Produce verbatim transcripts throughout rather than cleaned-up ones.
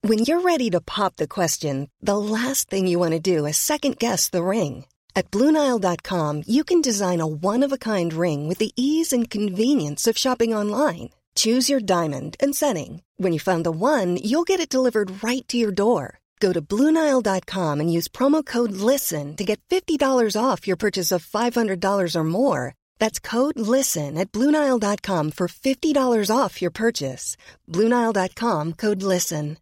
When you're ready to pop the question, the last thing you want to do is second-guess the ring. At Blue Nile dot com, you can design a one-of-a-kind ring with the ease and convenience of shopping online. Choose your diamond and setting. When you find the one, you'll get it delivered right to your door. Go to Blue Nile dot com and use promo code LISTEN to get fifty dollars off your purchase of five hundred dollars or more. That's code LISTEN at Blue Nile dot com for fifty dollars off your purchase. Blue Nile dot com, code LISTEN.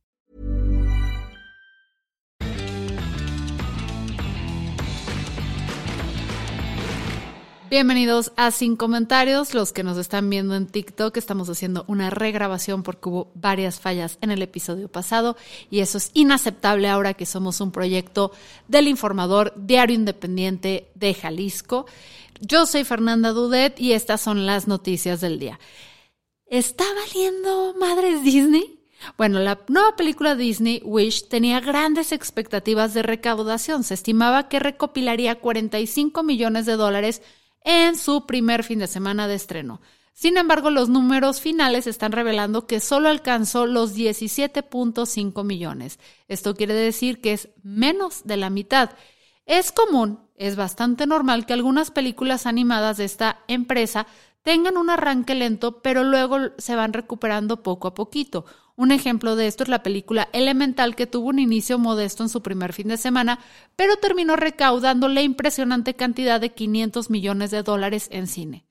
Bienvenidos a Sin Comentarios, los que nos están viendo en TikTok. Estamos haciendo una regrabación porque hubo varias fallas en el episodio pasado y eso es inaceptable ahora que somos un proyecto del Informador, diario independiente de Jalisco. Yo soy Fernanda Dudet y estas son las noticias del día. ¿Está valiendo madres Disney? Bueno, la nueva película Disney, Wish, tenía grandes expectativas de recaudación. Se estimaba que recopilaría cuarenta y cinco millones de dólares en su primer fin de semana de estreno. Sin embargo, los números finales están revelando que solo alcanzó los diecisiete punto cinco millones. Esto quiere decir que es menos de la mitad. Es común, es bastante normal que algunas películas animadas de esta empresa tengan un arranque lento, pero luego se van recuperando poco a poquito. Un ejemplo de esto es la película Elemental, que tuvo un inicio modesto en su primer fin de semana, pero terminó recaudando la impresionante cantidad de quinientos millones de dólares en cine.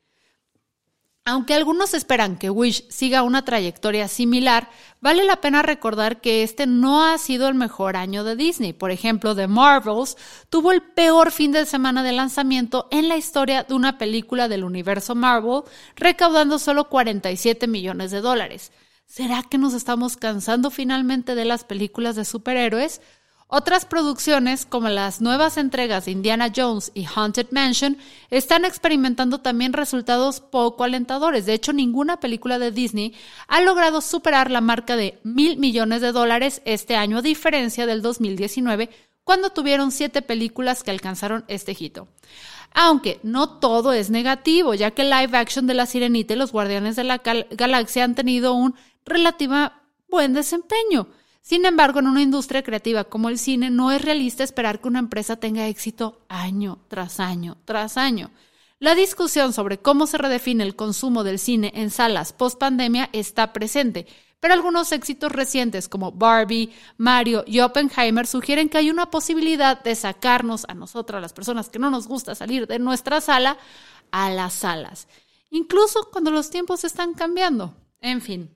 Aunque algunos esperan que Wish siga una trayectoria similar, vale la pena recordar que este no ha sido el mejor año de Disney. Por ejemplo, The Marvels tuvo el peor fin de semana de lanzamiento en la historia de una película del universo Marvel, recaudando solo cuarenta y siete millones de dólares. ¿Será que nos estamos cansando finalmente de las películas de superhéroes? Otras producciones, como las nuevas entregas de Indiana Jones y Haunted Mansion, están experimentando también resultados poco alentadores. De hecho, ninguna película de Disney ha logrado superar la marca de mil millones de dólares este año, a diferencia del dos mil diecinueve, cuando tuvieron siete películas que alcanzaron este hito. Aunque no todo es negativo, ya que el live action de La Sirenita y Los Guardianes de la Gal- Galaxia han tenido un relativo buen desempeño. Sin embargo, en una industria creativa como el cine, no es realista esperar que una empresa tenga éxito año tras año tras año. La discusión sobre cómo se redefine el consumo del cine en salas post-pandemia está presente, pero algunos éxitos recientes como Barbie, Mario y Oppenheimer sugieren que hay una posibilidad de sacarnos a nosotras, las personas que no nos gusta salir de nuestra sala, a las salas, incluso cuando los tiempos están cambiando. En fin.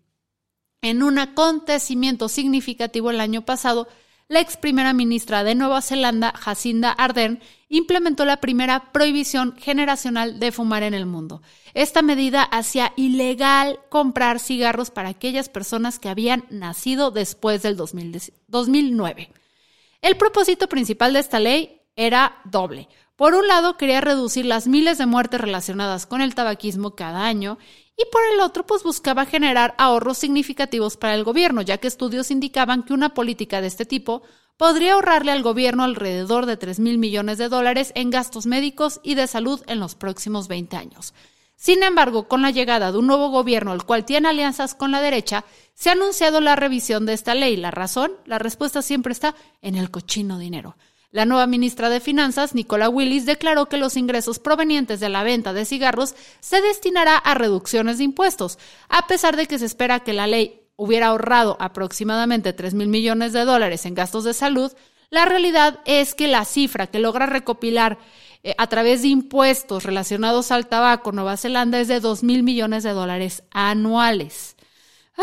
En un acontecimiento significativo el año pasado, la ex primera ministra de Nueva Zelanda, Jacinda Ardern, implementó la primera prohibición generacional de fumar en el mundo. Esta medida hacía ilegal comprar cigarros para aquellas personas que habían nacido después del dos mil nueve. El propósito principal de esta ley era doble. Por un lado, quería reducir las miles de muertes relacionadas con el tabaquismo cada año, y por el otro, pues buscaba generar ahorros significativos para el gobierno, ya que estudios indicaban que una política de este tipo podría ahorrarle al gobierno alrededor de tres mil millones de dólares en gastos médicos y de salud en los próximos veinte años. Sin embargo, con la llegada de un nuevo gobierno, el cual tiene alianzas con la derecha, se ha anunciado la revisión de esta ley. ¿La razón? La respuesta siempre está en el cochino dinero. La nueva ministra de Finanzas, Nicola Willis, declaró que los ingresos provenientes de la venta de cigarros se destinará a reducciones de impuestos, a pesar de que se espera que la ley hubiera ahorrado aproximadamente tres mil millones de dólares en gastos de salud. La realidad es que la cifra que logra recopilar eh, a través de impuestos relacionados al tabaco Nueva Zelanda es de dos mil millones de dólares anuales. Ah,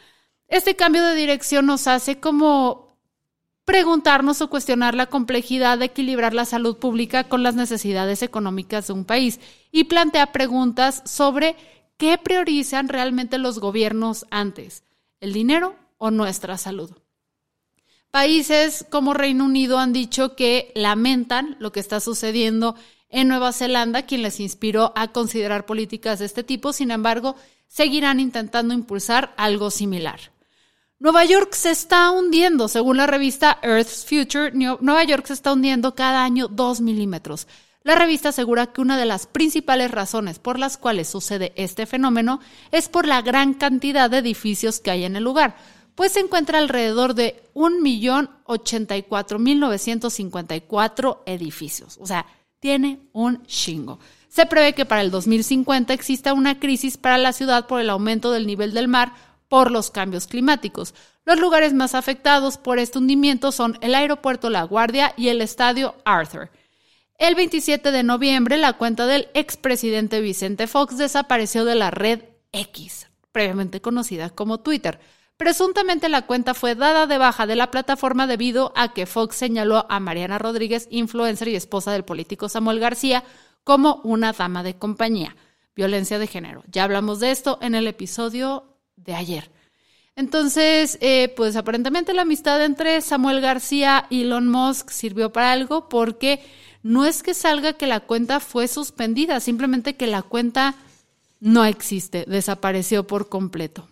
este cambio de dirección nos hace como preguntarnos o cuestionar la complejidad de equilibrar la salud pública con las necesidades económicas de un país y plantea preguntas sobre qué priorizan realmente los gobiernos antes, el dinero o nuestra salud. Países como Reino Unido han dicho que lamentan lo que está sucediendo en Nueva Zelanda, quien les inspiró a considerar políticas de este tipo. Sin embargo, seguirán intentando impulsar algo similar. Nueva York se está hundiendo. Según la revista Earth's Future, Nueva York se está hundiendo cada año dos milímetros. La revista asegura que una de las principales razones por las cuales sucede este fenómeno es por la gran cantidad de edificios que hay en el lugar. pues se encuentra alrededor de un millón ochenta y cuatro mil novecientos cincuenta y cuatro edificios. O sea, tiene un chingo. Se prevé que para el dos mil cincuenta exista una crisis para la ciudad por el aumento del nivel del mar por los cambios climáticos. Los lugares más afectados por este hundimiento son el aeropuerto La Guardia y el estadio Arthur. El veintisiete de noviembre, la cuenta del expresidente Vicente Fox desapareció de la red X, previamente conocida como Twitter. Presuntamente la cuenta fue dada de baja de la plataforma debido a que Fox señaló a Mariana Rodríguez, influencer y esposa del político Samuel García, como una dama de compañía. Violencia de género. Ya hablamos de esto en el episodio de ayer. Entonces, eh, pues aparentemente la amistad entre Samuel García y Elon Musk sirvió para algo, porque no es que salga que la cuenta fue suspendida, simplemente que la cuenta no existe, desapareció por completo.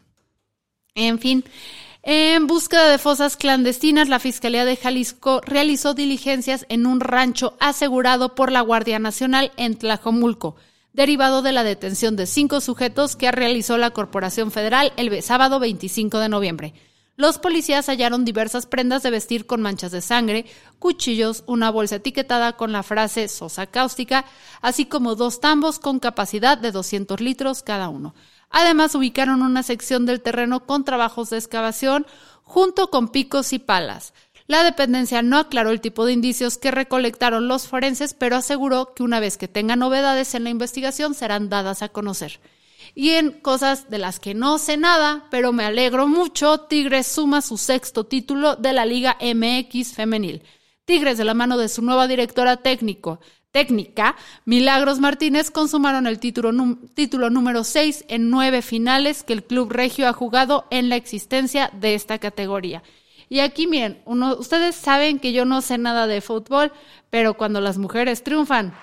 En fin, en búsqueda de fosas clandestinas, la Fiscalía de Jalisco realizó diligencias en un rancho asegurado por la Guardia Nacional en Tlajomulco, derivado de la detención de cinco sujetos que realizó la Corporación Federal el sábado veinticinco de noviembre. Los policías hallaron diversas prendas de vestir con manchas de sangre, cuchillos, una bolsa etiquetada con la frase sosa cáustica, así como dos tambos con capacidad de doscientos litros cada uno. Además, ubicaron una sección del terreno con trabajos de excavación junto con picos y palas. La dependencia no aclaró el tipo de indicios que recolectaron los forenses, pero aseguró que una vez que tengan novedades en la investigación serán dadas a conocer. Y en cosas de las que no sé nada, pero me alegro mucho, Tigres suma su sexto título de la Liga M X femenil. Tigres, de la mano de su nueva directora técnico, técnica, Milagros Martínez, consumaron el título, num- título número seis en nueve finales que el Club Regio ha jugado en la existencia de esta categoría. Y aquí miren, uno, ustedes saben que yo no sé nada de fútbol, pero cuando las mujeres triunfan,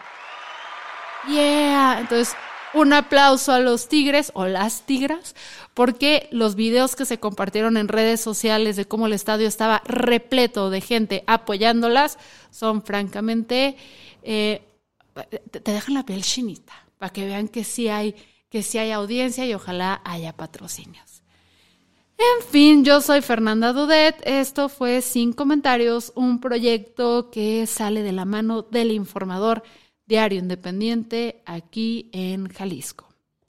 ¡yeah! Entonces, un aplauso a los Tigres o las Tigras, porque los videos que se compartieron en redes sociales de cómo el estadio estaba repleto de gente apoyándolas son francamente, eh, te dejan la piel chinita, para que vean que sí hay, que sí hay audiencia y ojalá haya patrocinios. En fin, yo soy Fernanda Dudet, esto fue Sin Comentarios, un proyecto que sale de la mano del Informador, diario independiente aquí en Jalisco.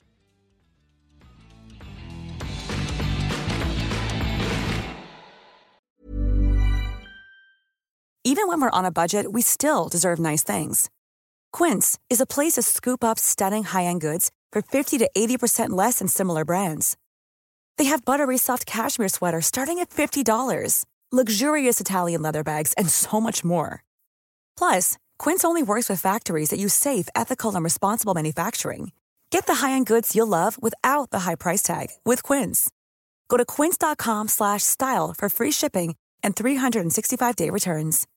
Even when we're on a budget, we still deserve nice things. Quince is a place to scoop up stunning high-end goods for fifty to eighty percent less than similar brands. They have buttery soft cashmere sweaters starting at fifty dollars, luxurious Italian leather bags, and so much more. Plus, Quince only works with factories that use safe, ethical, and responsible manufacturing. Get the high-end goods you'll love without the high price tag with Quince. Go to quince.com slash style for free shipping and three sixty-five day returns.